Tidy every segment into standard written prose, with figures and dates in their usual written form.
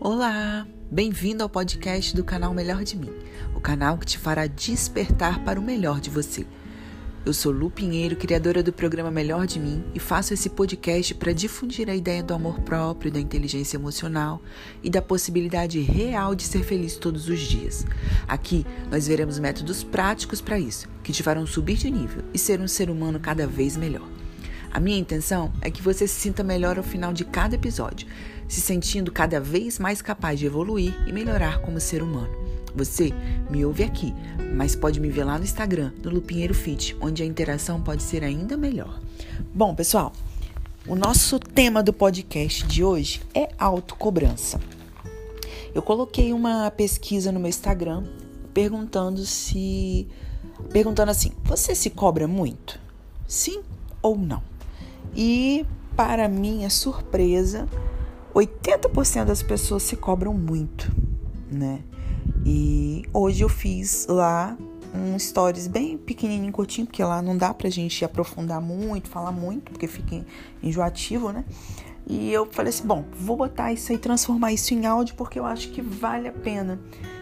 Olá! Bem-vindo ao podcast do canal Melhor de Mim, o canal que te fará despertar para o melhor de você. Eu sou Lu Pinheiro, criadora do programa Melhor de Mim, e faço esse podcast para difundir a ideia do amor próprio, da inteligência emocional e da possibilidade real de ser feliz todos os dias. Aqui nós veremos métodos práticos para isso, que te farão subir de nível e ser um ser humano cada vez melhor. A minha intenção é que você se sinta melhor ao final de cada episódio, se sentindo cada vez mais capaz de evoluir e melhorar como ser humano. Você me ouve aqui, mas pode me ver lá no Instagram, no Lu Pinheiro Fit, onde a interação pode ser ainda melhor. Bom, pessoal, o nosso tema do podcast de hoje é autocobrança. Eu coloquei uma pesquisa no meu Instagram perguntando assim, você se cobra muito? Sim ou não? E, para minha surpresa, 80% das pessoas se cobram muito, né? E hoje eu fiz lá um stories bem pequenininho, curtinho, porque lá não dá pra gente aprofundar muito, falar muito, porque fica enjoativo, né? E eu falei assim, bom, vou botar isso aí, transformar isso em áudio, porque eu acho que vale a pena.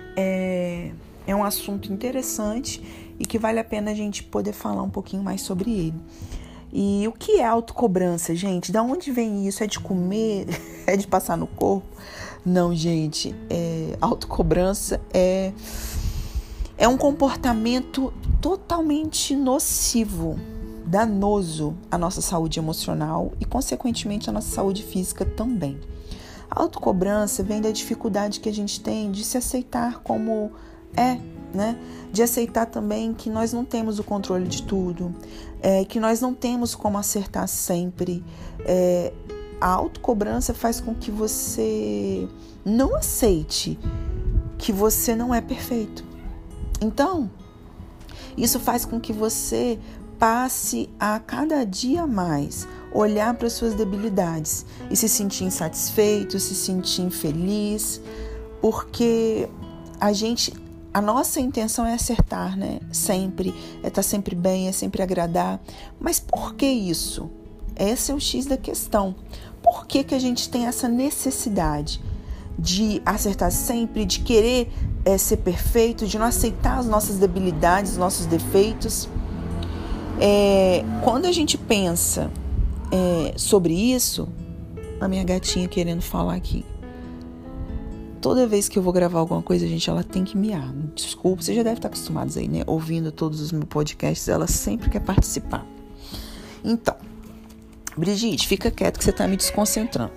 É um assunto interessante e que vale a pena a gente poder falar um pouquinho mais sobre ele. E o que é autocobrança, gente? Da onde vem isso? É de comer? É de passar no corpo? Não, gente. Autocobrança é um comportamento totalmente nocivo, danoso à nossa saúde emocional e, consequentemente, à nossa saúde física também. A autocobrança vem da dificuldade que a gente tem de se aceitar como né? De aceitar também que nós não temos o controle de tudo, que nós não temos como acertar sempre. A autocobrança faz com que você não aceite que você não é perfeito. Então, isso faz com que você passe a cada dia mais olhar para as suas debilidades e se sentir insatisfeito, se sentir infeliz, porque a nossa intenção é acertar, né? Sempre, é estar sempre bem, é sempre agradar. Mas por que isso? Esse é o X da questão. Por que a gente tem essa necessidade de acertar sempre, de querer ser perfeito, de não aceitar as nossas debilidades, os nossos defeitos? Quando a gente pensa sobre isso, a minha gatinha querendo falar aqui. Toda vez que eu vou gravar alguma coisa, gente, ela tem que miar. Desculpa, você já deve estar acostumados aí, né? Ouvindo todos os meus podcasts, ela sempre quer participar. Então, Brigitte, fica quieto que você está me desconcentrando.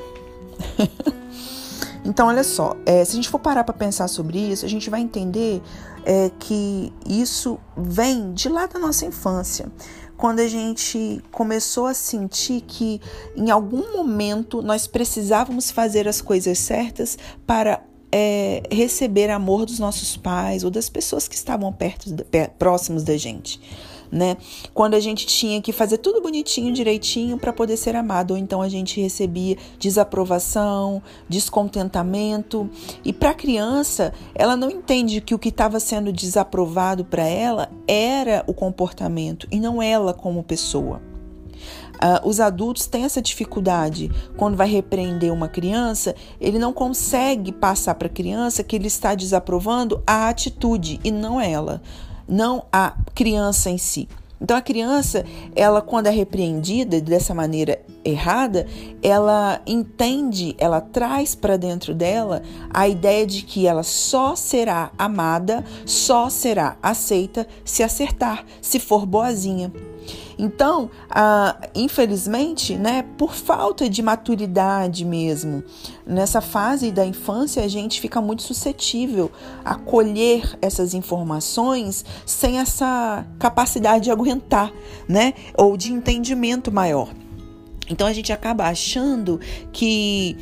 Então, olha só, se a gente for parar para pensar sobre isso, a gente vai entender que isso vem de lá da nossa infância. Quando a gente começou a sentir que em algum momento nós precisávamos fazer as coisas certas para receber amor dos nossos pais ou das pessoas que estavam próximos da gente, né? Quando a gente tinha que fazer tudo bonitinho, direitinho para poder ser amado, ou então a gente recebia desaprovação, descontentamento. E para a criança, ela não entende que o que estava sendo desaprovado para ela era o comportamento e não ela como pessoa. Os adultos têm essa dificuldade. Quando vai repreender uma criança, ele não consegue passar para a criança que ele está desaprovando a atitude e não ela, não a criança em si. Então a criança, ela quando é repreendida dessa maneira errada, ela entende, ela traz para dentro dela a ideia de que ela só será amada, só será aceita se acertar, se for boazinha. Então, infelizmente, né, por falta de maturidade mesmo, nessa fase da infância a gente fica muito suscetível a colher essas informações sem essa capacidade de aguentar, né, ou de entendimento maior. Então a gente acaba achando que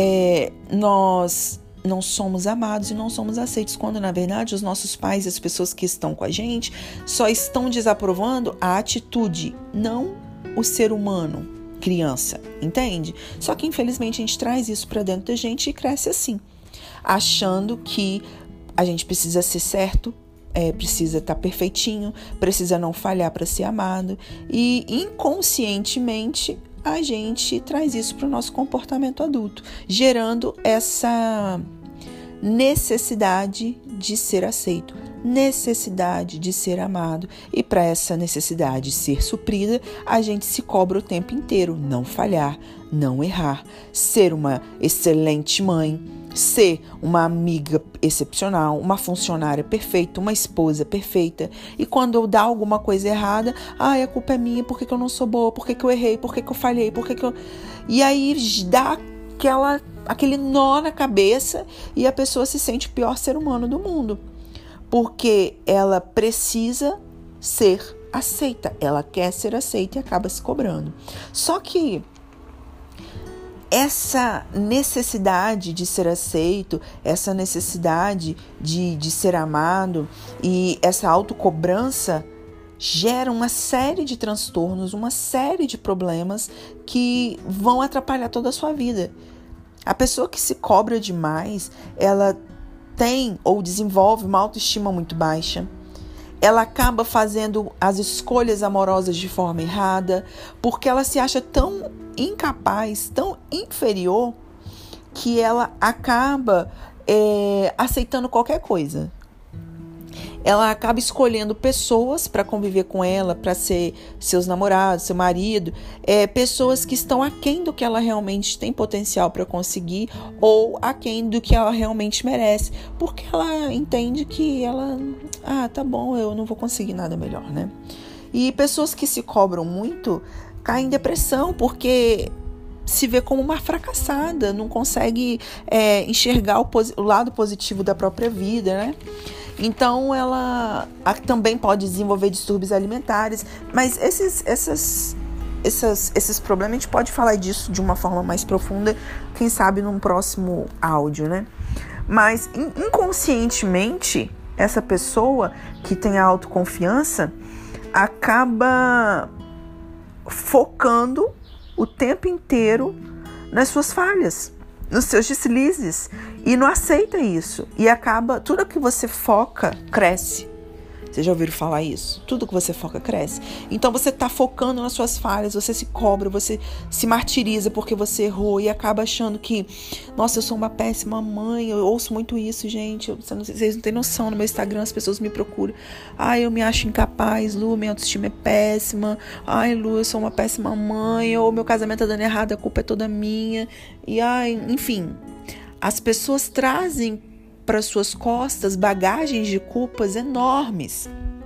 nós não somos amados e não somos aceitos, quando na verdade os nossos pais e as pessoas que estão com a gente só estão desaprovando a atitude, não o ser humano, criança, entende? Só que infelizmente a gente traz isso para dentro da gente e cresce assim, achando que a gente precisa ser certo, precisa estar perfeitinho, precisa não falhar para ser amado, e inconscientemente a gente traz isso para o nosso comportamento adulto, gerando essa necessidade de ser aceito, necessidade de ser amado. E para essa necessidade ser suprida, a gente se cobra o tempo inteiro, não falhar, não errar, ser uma excelente mãe, ser uma amiga excepcional, uma funcionária perfeita, uma esposa perfeita. E quando eu dar alguma coisa errada, a culpa é minha, por que eu não sou boa, por que eu errei, por que eu falhei, E aí dá aquele nó na cabeça e a pessoa se sente o pior ser humano do mundo. Porque ela precisa ser aceita, ela quer ser aceita e acaba se cobrando. Só que essa necessidade de ser aceito, essa necessidade de ser amado e essa autocobrança gera uma série de transtornos, uma série de problemas que vão atrapalhar toda a sua vida. A pessoa que se cobra demais, ela tem ou desenvolve uma autoestima muito baixa. Ela acaba fazendo as escolhas amorosas de forma errada, porque ela se acha tão incapaz, tão inferior, que ela acaba aceitando qualquer coisa. Ela acaba escolhendo pessoas para conviver com ela, para ser seus namorados, seu marido, pessoas que estão aquém do que ela realmente tem potencial para conseguir ou aquém do que ela realmente merece, porque ela entende que ela, tá bom, eu não vou conseguir nada melhor, né? E pessoas que se cobram muito caem em depressão, porque se vê como uma fracassada, não consegue enxergar o lado positivo da própria vida, né? Então, ela também pode desenvolver distúrbios alimentares, mas esses problemas, a gente pode falar disso de uma forma mais profunda, quem sabe num próximo áudio, né? Mas, inconscientemente, essa pessoa que tem a autoconfiança acaba focando o tempo inteiro nas suas falhas, nos seus deslizes, e não aceita isso. E acaba, tudo que você foca, cresce. Vocês já ouviram falar isso? Tudo que você foca, cresce. Então você está focando nas suas falhas, você se cobra, você se martiriza porque você errou e acaba achando que, nossa, eu sou uma péssima mãe. Eu ouço muito isso, gente. Vocês não têm noção, no meu Instagram as pessoas me procuram. Eu me acho incapaz, Lu, minha autoestima é péssima. Lu, eu sou uma péssima mãe. Ou meu casamento tá dando errado, a culpa é toda minha. E enfim, as pessoas trazem para suas costas bagagens de culpas enormes.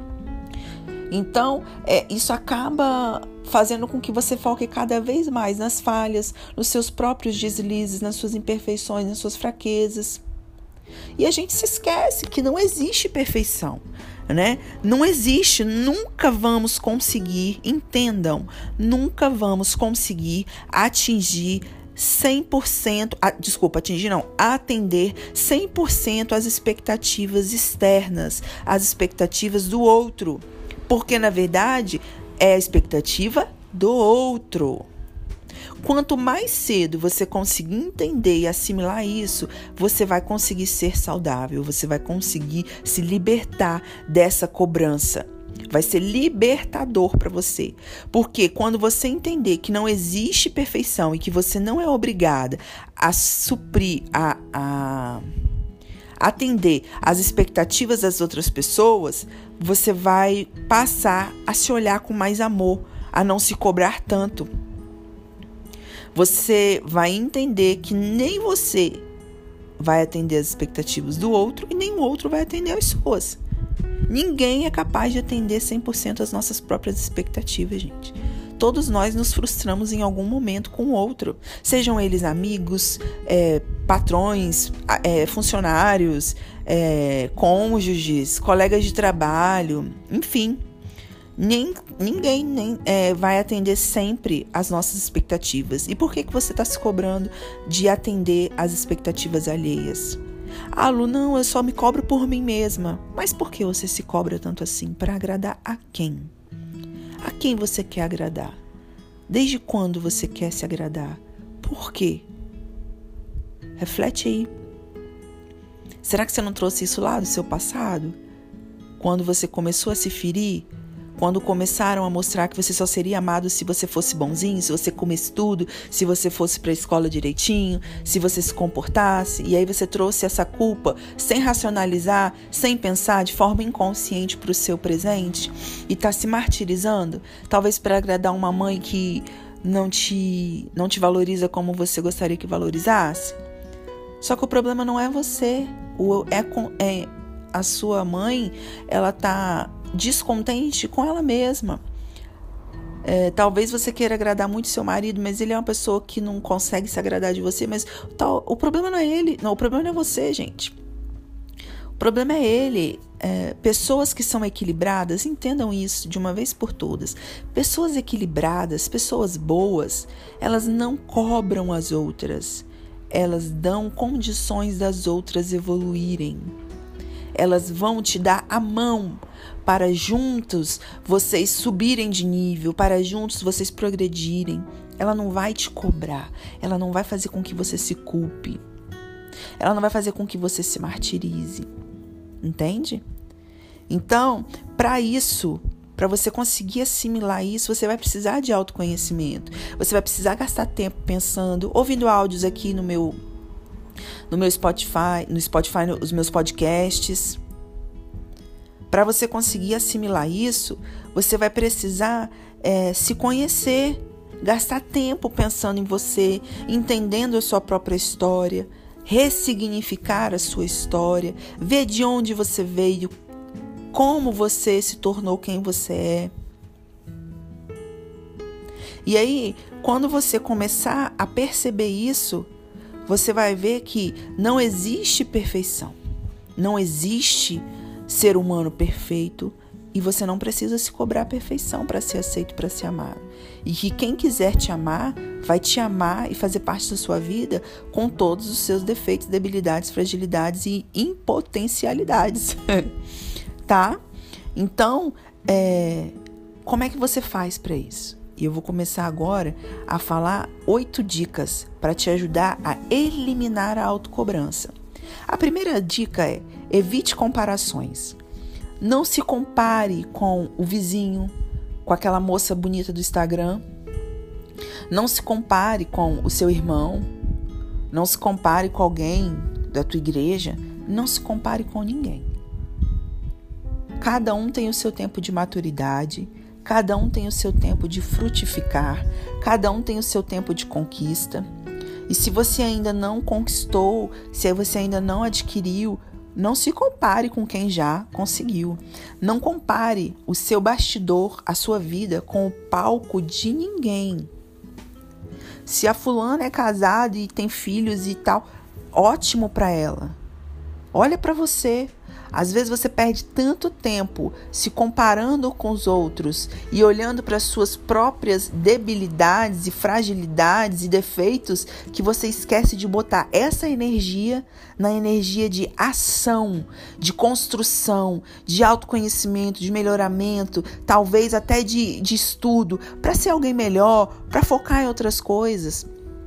Então, isso acaba fazendo com que você foque cada vez mais nas falhas, nos seus próprios deslizes, nas suas imperfeições, nas suas fraquezas. E a gente se esquece que não existe perfeição, né? Não existe, nunca vamos conseguir, entendam, nunca vamos conseguir atingir 100%, atender 100% às expectativas externas, às expectativas do outro, porque na verdade é a expectativa do outro. Quanto mais cedo você conseguir entender e assimilar isso, você vai conseguir ser saudável, você vai conseguir se libertar dessa cobrança. Vai ser libertador para você. Porque quando você entender que não existe perfeição e que você não é obrigada a suprir, a atender às expectativas das outras pessoas, você vai passar a se olhar com mais amor, a não se cobrar tanto. Você vai entender que nem você vai atender às expectativas do outro e nem o outro vai atender às suas. Ninguém é capaz de atender 100% às nossas próprias expectativas, gente. Todos nós nos frustramos em algum momento com o outro. Sejam eles amigos, patrões, funcionários, cônjuges, colegas de trabalho, enfim. Ninguém vai atender sempre às nossas expectativas. E por que você está se cobrando de atender às expectativas alheias? Lu, não, eu só me cobro por mim mesma. Mas por que você se cobra tanto assim? Para agradar a quem? A quem você quer agradar? Desde quando você quer se agradar? Por quê? Reflete aí. Será que você não trouxe isso lá do seu passado? Quando você começou a se ferir? Quando começaram a mostrar que você só seria amado se você fosse bonzinho, se você comesse tudo, se você fosse para a escola direitinho, se você se comportasse. E aí você trouxe essa culpa sem racionalizar, sem pensar, de forma inconsciente para o seu presente. E está se martirizando, talvez para agradar uma mãe que não te valoriza como você gostaria que valorizasse. Só que o problema não é você, a sua mãe, ela tá descontente com ela mesma. Talvez você queira agradar muito seu marido, mas ele é uma pessoa que não consegue se agradar de você, mas o problema não é ele, não, o problema não é você, gente. O problema é ele. Pessoas que são equilibradas, entendam isso de uma vez por todas. Pessoas equilibradas, pessoas boas, elas não cobram as outras. Elas dão condições das outras evoluírem. Elas vão te dar a mão para juntos vocês subirem de nível, para juntos vocês progredirem. Ela não vai te cobrar, ela não vai fazer com que você se culpe. Ela não vai fazer com que você se martirize. Entende? Então, para isso, para você conseguir assimilar isso, você vai precisar de autoconhecimento. Você vai precisar gastar tempo pensando, ouvindo áudios aqui no meu Spotify, nos meus podcasts. Para você conseguir assimilar isso, você vai precisar se conhecer, gastar tempo pensando em você, entendendo a sua própria história, ressignificar a sua história, ver de onde você veio, como você se tornou quem você é. E aí, quando você começar a perceber isso, você vai ver que não existe perfeição, não existe ser humano perfeito e você não precisa se cobrar a perfeição para ser aceito, para ser amado. E que quem quiser te amar, vai te amar e fazer parte da sua vida com todos os seus defeitos, debilidades, fragilidades e impotencialidades. Tá? Então, como é que você faz para isso? E eu vou começar agora a falar 8 dicas para te ajudar a eliminar a autocobrança. A primeira dica é: evite comparações. Não se compare com o vizinho, com aquela moça bonita do Instagram. Não se compare com o seu irmão. Não se compare com alguém da tua igreja. Não se compare com ninguém. Cada um tem o seu tempo de maturidade. Cada um tem o seu tempo de frutificar. Cada um tem o seu tempo de conquista. E se você ainda não conquistou, se você ainda não adquiriu, não se compare com quem já conseguiu. Não compare o seu bastidor, a sua vida, com o palco de ninguém. Se a fulana é casada e tem filhos e tal, ótimo para ela. Olha para você. Às vezes você perde tanto tempo se comparando com os outros e olhando para as suas próprias debilidades e fragilidades e defeitos que você esquece de botar essa energia na energia de ação, de construção, de autoconhecimento, de melhoramento, talvez até de estudo, para ser alguém melhor, para focar em outras coisas.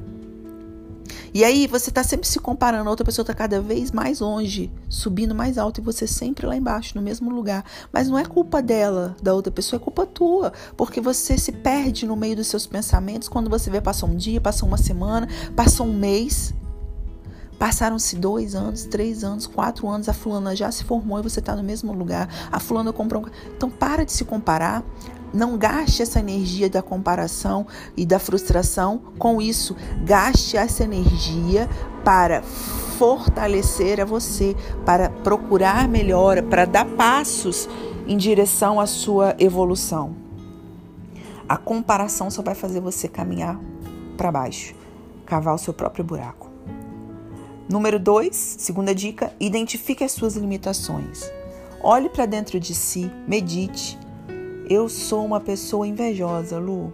E aí você está sempre se comparando, a outra pessoa está cada vez mais longe, subindo mais alto e você sempre lá embaixo, no mesmo lugar. Mas não é culpa dela, da outra pessoa, é culpa tua, porque você se perde no meio dos seus pensamentos quando você vê, passou um dia, passou uma semana, passou um mês, passaram-se 2 anos, 3 anos, 4 anos, a fulana já se formou e você está no mesmo lugar, a fulana comprou um... Então para de se comparar. Não gaste essa energia da comparação e da frustração com isso. Gaste essa energia para fortalecer a você, para procurar melhora, para dar passos em direção à sua evolução. A comparação só vai fazer você caminhar para baixo, cavar o seu próprio buraco. Número 2, segunda dica, identifique as suas limitações. Olhe para dentro de si, medite. Eu sou uma pessoa invejosa, Lu.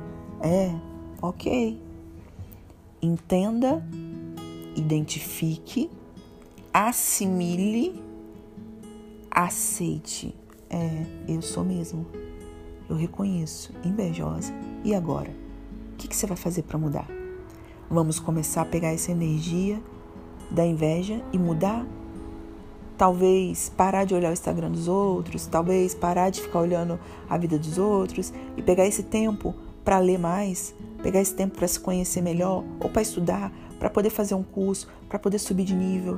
Ok. Entenda, identifique, assimile, aceite. Eu sou mesmo. Eu reconheço, invejosa. E agora? O que você vai fazer para mudar? Vamos começar a pegar essa energia da inveja e mudar talvez parar de olhar o Instagram dos outros, talvez parar de ficar olhando a vida dos outros e pegar esse tempo para ler mais, pegar esse tempo para se conhecer melhor ou para estudar, para poder fazer um curso, para poder subir de nível.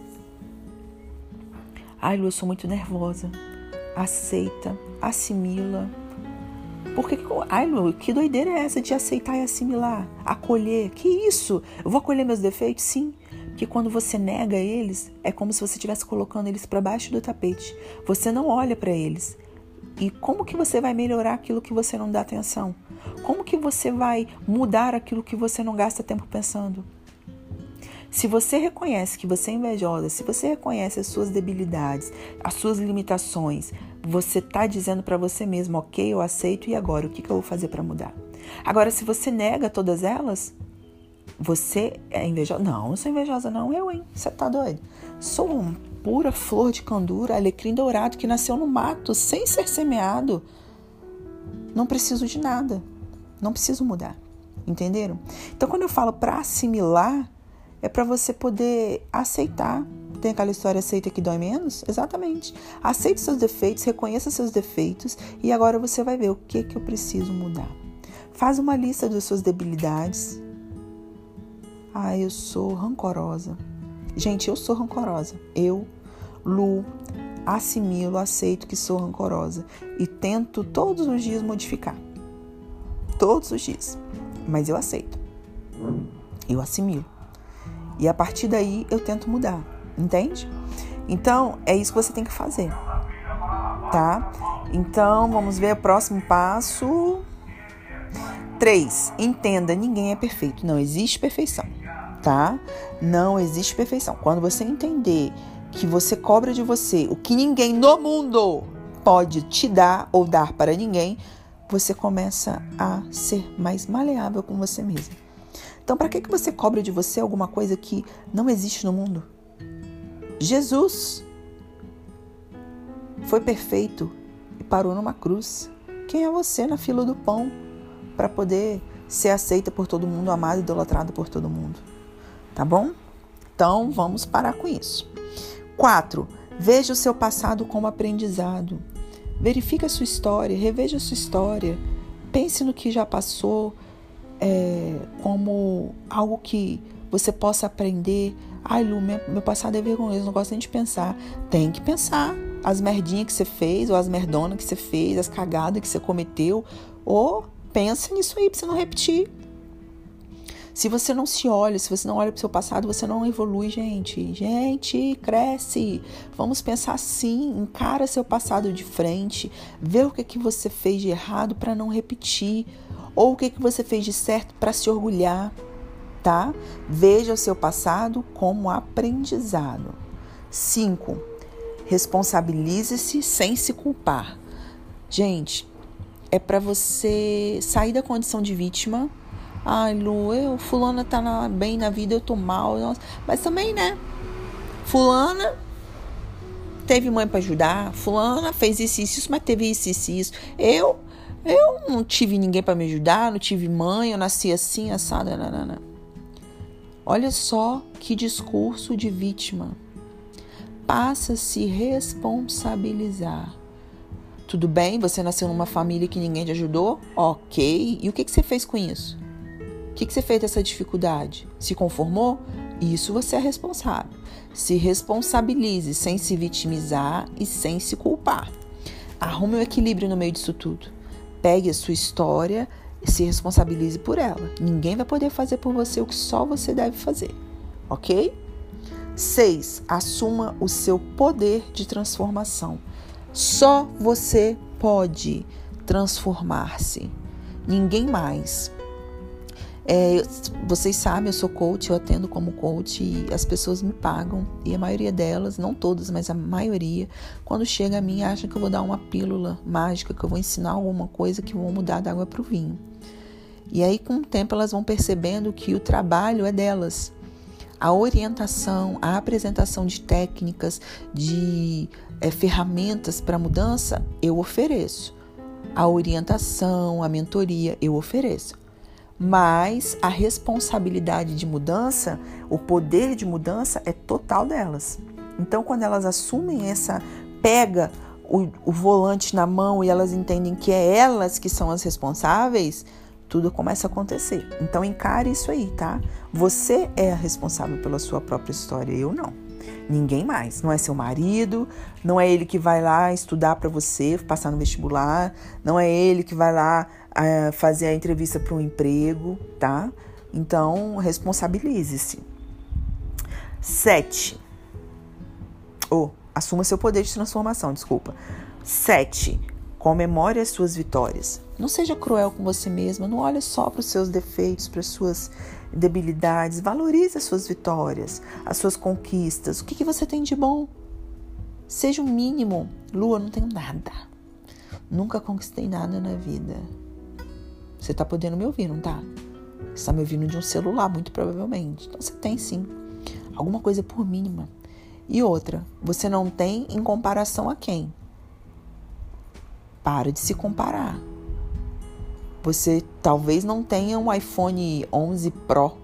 Ai, Lu, eu sou muito nervosa. Aceita, assimila. Ai, Lu, que doideira é essa de aceitar e assimilar? Acolher, que isso? Eu vou acolher meus defeitos? Sim. Porque quando você nega eles, é como se você estivesse colocando eles para baixo do tapete. Você não olha para eles. E como que você vai melhorar aquilo que você não dá atenção? Como que você vai mudar aquilo que você não gasta tempo pensando? Se você reconhece que você é invejosa, se você reconhece as suas debilidades, as suas limitações, você está dizendo para você mesmo, ok, eu aceito, e agora? O que eu vou fazer para mudar? Agora, se você nega todas elas, você é invejosa? Não, eu não sou invejosa não, hein? Você tá doido? Sou uma pura flor de candura, alecrim dourado que nasceu no mato, sem ser semeado. Não preciso de nada, não preciso mudar, entenderam? Então, quando eu falo para assimilar, é para você poder aceitar. Tem aquela história, aceita que dói menos? Exatamente. Aceite seus defeitos, reconheça seus defeitos e agora você vai ver o que eu preciso mudar. Faz uma lista das suas debilidades. Eu sou rancorosa. Gente, eu sou rancorosa. Eu, Lu, assimilo, aceito que sou rancorosa e tento todos os dias modificar. Todos os dias. Mas eu aceito. Eu assimilo. E a partir daí eu tento mudar, entende? Então, é isso que você tem que fazer, tá? Então, vamos ver o próximo passo. 3. Entenda, ninguém é perfeito. Não existe perfeição, tá? Não existe perfeição. Quando você entender que você cobra de você o que ninguém no mundo pode te dar ou dar para ninguém, você começa a ser mais maleável com você mesmo. Então, para que você cobra de você alguma coisa que não existe no mundo? Jesus foi perfeito e parou numa cruz. Quem é você na fila do pão para poder ser aceita por todo mundo, amada e idolatrada por todo mundo? Tá bom? Então, vamos parar com isso. 4. Veja o seu passado como aprendizado. Verifique a sua história, reveja a sua história. Pense no que já passou, como algo que você possa aprender. Ai, Lu, meu passado é vergonhoso, não gosto nem de pensar. Tem que pensar as merdinhas que você fez, ou as merdonas que você fez, as cagadas que você cometeu, ou pensa nisso aí pra você não repetir. Se você não se olha, se você não olha pro seu passado, você não evolui, gente. Gente, cresce. Vamos pensar assim, encara seu passado de frente, vê o que você fez de errado para não repetir, ou o que você fez de certo para se orgulhar, tá? Veja o seu passado como aprendizado. 5. Responsabilize-se sem se culpar. Gente, é para você sair da condição de vítima. Ai, Lu, fulana tá bem na vida, eu tô mal. Nossa. Mas também, né? Fulana teve mãe para ajudar. Fulana fez isso, mas teve isso. Eu não tive ninguém para me ajudar, não tive mãe, eu nasci assim, assada. Nanana. Olha só que discurso de vítima. Passa a se responsabilizar. Tudo bem, você nasceu numa família que ninguém te ajudou? Ok. E o que você fez com isso? O que você fez dessa dificuldade? Se conformou? Isso você é responsável. Se responsabilize sem se vitimizar e sem se culpar. Arrume um equilíbrio no meio disso tudo. Pegue a sua história e se responsabilize por ela. Ninguém vai poder fazer por você o que só você deve fazer. Ok? 6. Assuma o seu poder de transformação. Só você pode transformar-se. Ninguém mais. Vocês sabem, eu sou coach, eu atendo como coach e as pessoas me pagam. E a maioria delas, não todas, mas a maioria, quando chega a mim, acham que eu vou dar uma pílula mágica, que eu vou ensinar alguma coisa que vou mudar da água para o vinho. E aí, com o tempo, elas vão percebendo que o trabalho é delas. A orientação, a apresentação de técnicas, de ferramentas para mudança, eu ofereço. A orientação, a mentoria, eu ofereço. Mas a responsabilidade de mudança, o poder de mudança é total delas. Então, quando elas assumem pega o volante na mão e elas entendem que é elas que são as responsáveis, tudo começa a acontecer. Então, encare isso aí, tá? Você é a responsável pela sua própria história, eu não. Ninguém mais. Não é seu marido, não é ele que vai lá estudar para você, passar no vestibular, não é ele que vai lá fazer a entrevista para um emprego, tá? Então, responsabilize-se. 7. Assuma seu poder de transformação, desculpa. 7. Comemore as suas vitórias. Não seja cruel com você mesma, não olhe só para os seus defeitos, para as suas debilidades. Valorize as suas vitórias, as suas conquistas. O que você tem de bom? Seja o mínimo. Lu, eu não tenho nada. Nunca conquistei nada na vida. Você tá podendo me ouvir, não tá? Você tá me ouvindo de um celular, muito provavelmente. Então você tem sim. Alguma coisa por mínima. E outra, você não tem em comparação a quem? Para de se comparar. Você talvez não tenha um iPhone 11 Pro,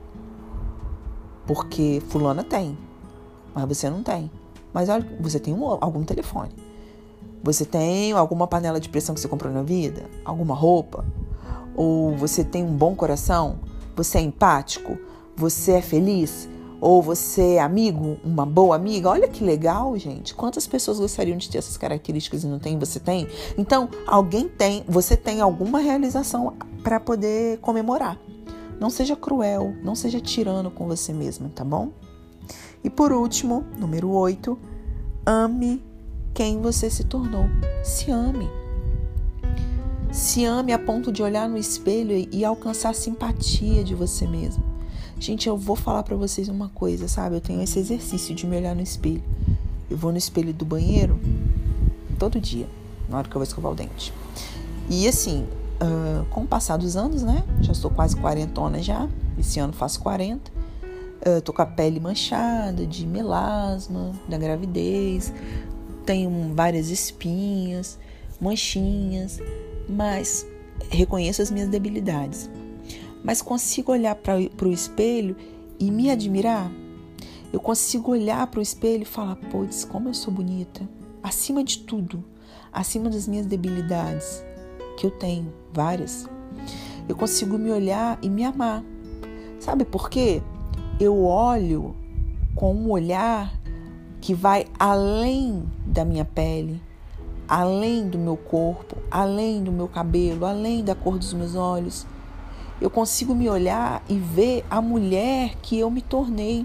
porque fulana tem, mas você não tem. Mas olha, você tem algum telefone. Você tem alguma panela de pressão que você comprou na vida? Alguma roupa? Ou você tem um bom coração? Você é empático? Você é feliz? Ou você é amigo, uma boa amiga? Olha que legal, gente. Quantas pessoas gostariam de ter essas características e não tem? Você tem? Então, você tem alguma realização para poder comemorar. Não seja cruel, não seja tirano com você mesma, tá bom? E por último, número 8, ame quem você se tornou. Se ame. Se ame a ponto de olhar no espelho e alcançar a simpatia de você mesmo. Gente, eu vou falar pra vocês uma coisa, sabe? Eu tenho esse exercício de me olhar no espelho. Eu vou no espelho do banheiro todo dia, na hora que eu vou escovar o dente. E assim, com o passar dos anos, né? Já estou quase 40 já. Esse ano faço 40. Tô com a pele manchada de melasma, da gravidez. Tenho várias espinhas, manchinhas. Mas reconheço as minhas debilidades. Mas consigo olhar para o espelho e me admirar. Eu consigo olhar para o espelho e falar, putz, como eu sou bonita. Acima de tudo, acima das minhas debilidades, que eu tenho, várias. Eu consigo me olhar e me amar. Sabe por quê? Eu olho com um olhar que vai além da minha pele, além do meu corpo, além do meu cabelo, além da cor dos meus olhos. Eu consigo me olhar e ver a mulher que eu me tornei.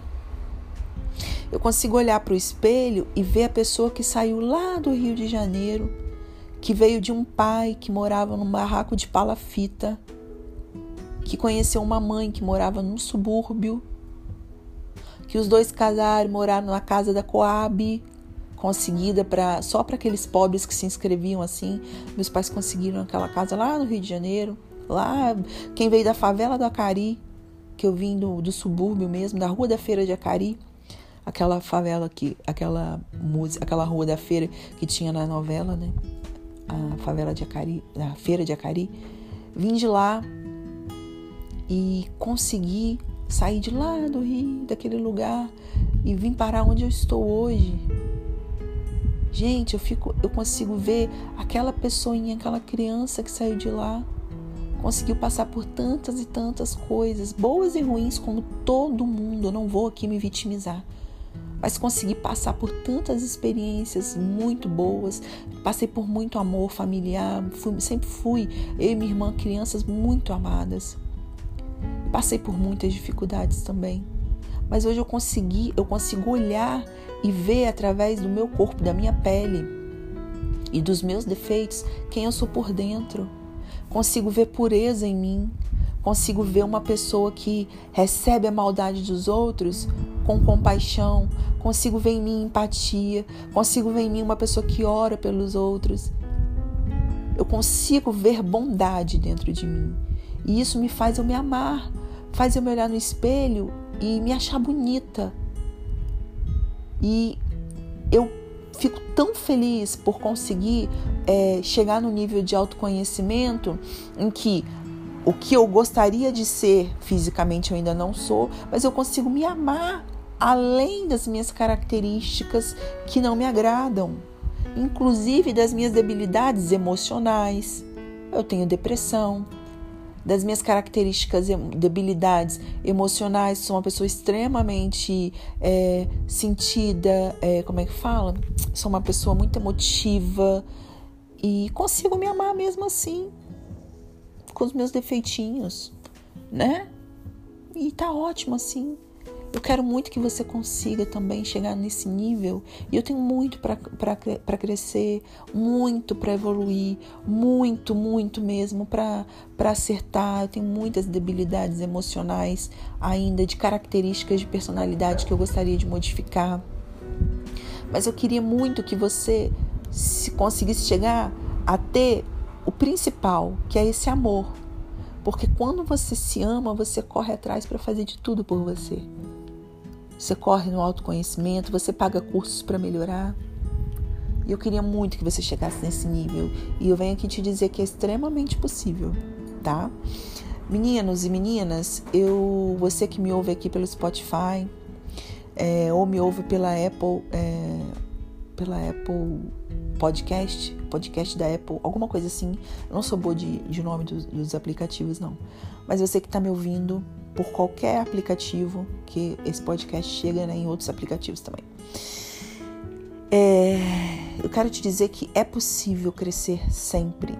Eu consigo olhar para o espelho e ver a pessoa que saiu lá do Rio de Janeiro, que veio de um pai que morava num barraco de palafita, que conheceu uma mãe que morava num subúrbio, que os dois casaram, moraram na casa da Coab, conseguida só para aqueles pobres que se inscreviam assim. Meus pais conseguiram aquela casa lá no Rio de Janeiro. Lá, quem veio da favela do Acari, que eu vim do subúrbio mesmo, da Rua da Feira de Acari, aquela favela aquela Rua da Feira que tinha na novela, né? A favela de Acari, a Feira de Acari. Vim de lá e consegui sair de lá do Rio, daquele lugar, e vim parar onde eu estou hoje. Gente, eu consigo ver aquela pessoinha, aquela criança que saiu de lá, conseguiu passar por tantas e tantas coisas, boas e ruins, como todo mundo. Eu não vou aqui me vitimizar, mas consegui passar por tantas experiências muito boas. Passei por muito amor familiar, sempre fui, eu e minha irmã, crianças muito amadas. Passei por muitas dificuldades também, mas hoje eu consigo olhar e ver através do meu corpo, da minha pele e dos meus defeitos, quem eu sou por dentro. Consigo ver pureza em mim, consigo ver uma pessoa que recebe a maldade dos outros com compaixão, consigo ver em mim empatia, consigo ver em mim uma pessoa que ora pelos outros. Eu consigo ver bondade dentro de mim, e isso me faz eu me amar, faz eu me olhar no espelho e me achar bonita. E eu fico tão feliz por conseguir chegar no nível de autoconhecimento em que o que eu gostaria de ser fisicamente eu ainda não sou, mas eu consigo me amar além das minhas características que não me agradam, inclusive das minhas debilidades emocionais. Eu tenho depressão. Das minhas características, debilidades emocionais, sou uma pessoa extremamente sentida, como é que fala? Sou uma pessoa muito emotiva e consigo me amar mesmo assim, com os meus defeitinhos, né? E tá ótimo assim. Eu quero muito que você consiga também chegar nesse nível. E eu tenho muito para crescer, muito para evoluir, muito mesmo para acertar. Eu tenho muitas debilidades emocionais ainda, de características de personalidade que eu gostaria de modificar. Mas eu queria muito que você conseguisse chegar a ter o principal, que é esse amor. Porque quando você se ama, você corre atrás para fazer de tudo por você. Você corre no autoconhecimento, você paga cursos para melhorar. E eu queria muito que você chegasse nesse nível. E eu venho aqui te dizer que é extremamente possível, tá? Meninos e meninas, você que me ouve aqui pelo Spotify, ou me ouve pela Apple podcast da Apple, alguma coisa assim. Eu não sou boa de nome dos aplicativos, não. Mas você que está me ouvindo por qualquer aplicativo, que esse podcast chega, né, em outros aplicativos também. Eu quero te dizer que é possível crescer sempre.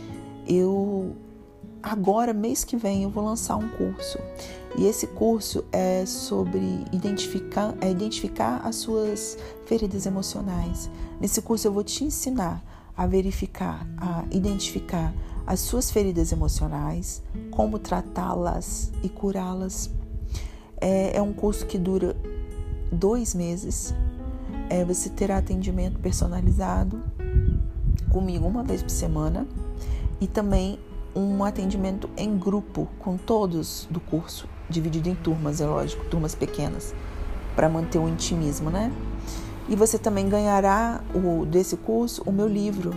Agora, mês que vem, eu vou lançar um curso. E esse curso é sobre identificar as suas feridas emocionais. Nesse curso eu vou te ensinar a verificar, a identificar as suas feridas emocionais, como tratá-las e curá-las. É um curso que dura 2 meses. Você terá atendimento personalizado comigo uma vez por semana e também um atendimento em grupo com todos do curso, dividido em turmas, é lógico, turmas pequenas, para manter o intimismo, né? E você também ganhará desse curso o meu livro.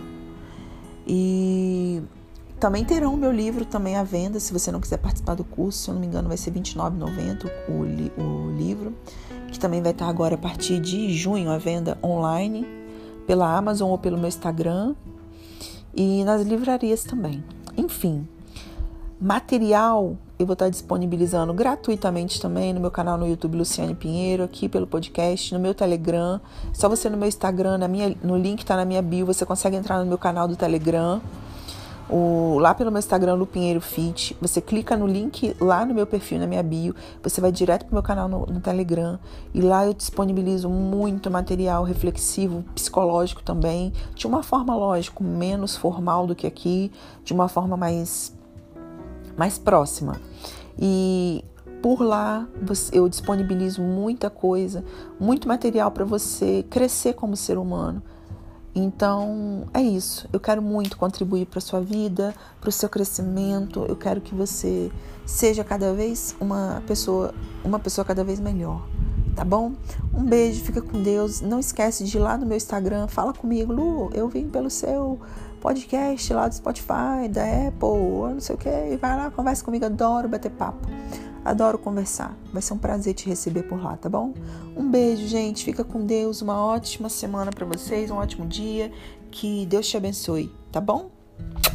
E também terão o meu livro também à venda, se você não quiser participar do curso, se eu não me engano vai ser R$29,90 o livro, que também vai estar agora a partir de junho à venda online, pela Amazon ou pelo meu Instagram e nas livrarias também. Enfim, material eu vou estar disponibilizando gratuitamente também no meu canal no YouTube Luciane Pinheiro, aqui pelo podcast, no meu Telegram. Só você no meu Instagram, no link está na minha bio, você consegue entrar no meu canal do Telegram. Lá pelo meu Instagram, Lu Pinheiro Fit, você clica no link lá no meu perfil, na minha bio, você vai direto pro meu canal no Telegram, e lá eu disponibilizo muito material reflexivo, psicológico também, de uma forma, lógico, menos formal do que aqui, de uma forma mais próxima. E por lá eu disponibilizo muita coisa, muito material para você crescer como ser humano. Então, é isso. Eu quero muito contribuir para a sua vida, para o seu crescimento. Eu quero que você seja cada vez uma pessoa cada vez melhor, tá bom? Um beijo, fica com Deus. Não esquece de ir lá no meu Instagram, fala comigo, Lu, eu vim pelo seu podcast lá do Spotify, da Apple, não sei o que, e vai lá, conversa comigo, adoro bater papo. Adoro conversar. Vai ser um prazer te receber por lá, tá bom? Um beijo, gente. Fica com Deus. Uma ótima semana para vocês, um ótimo dia. Que Deus te abençoe, tá bom?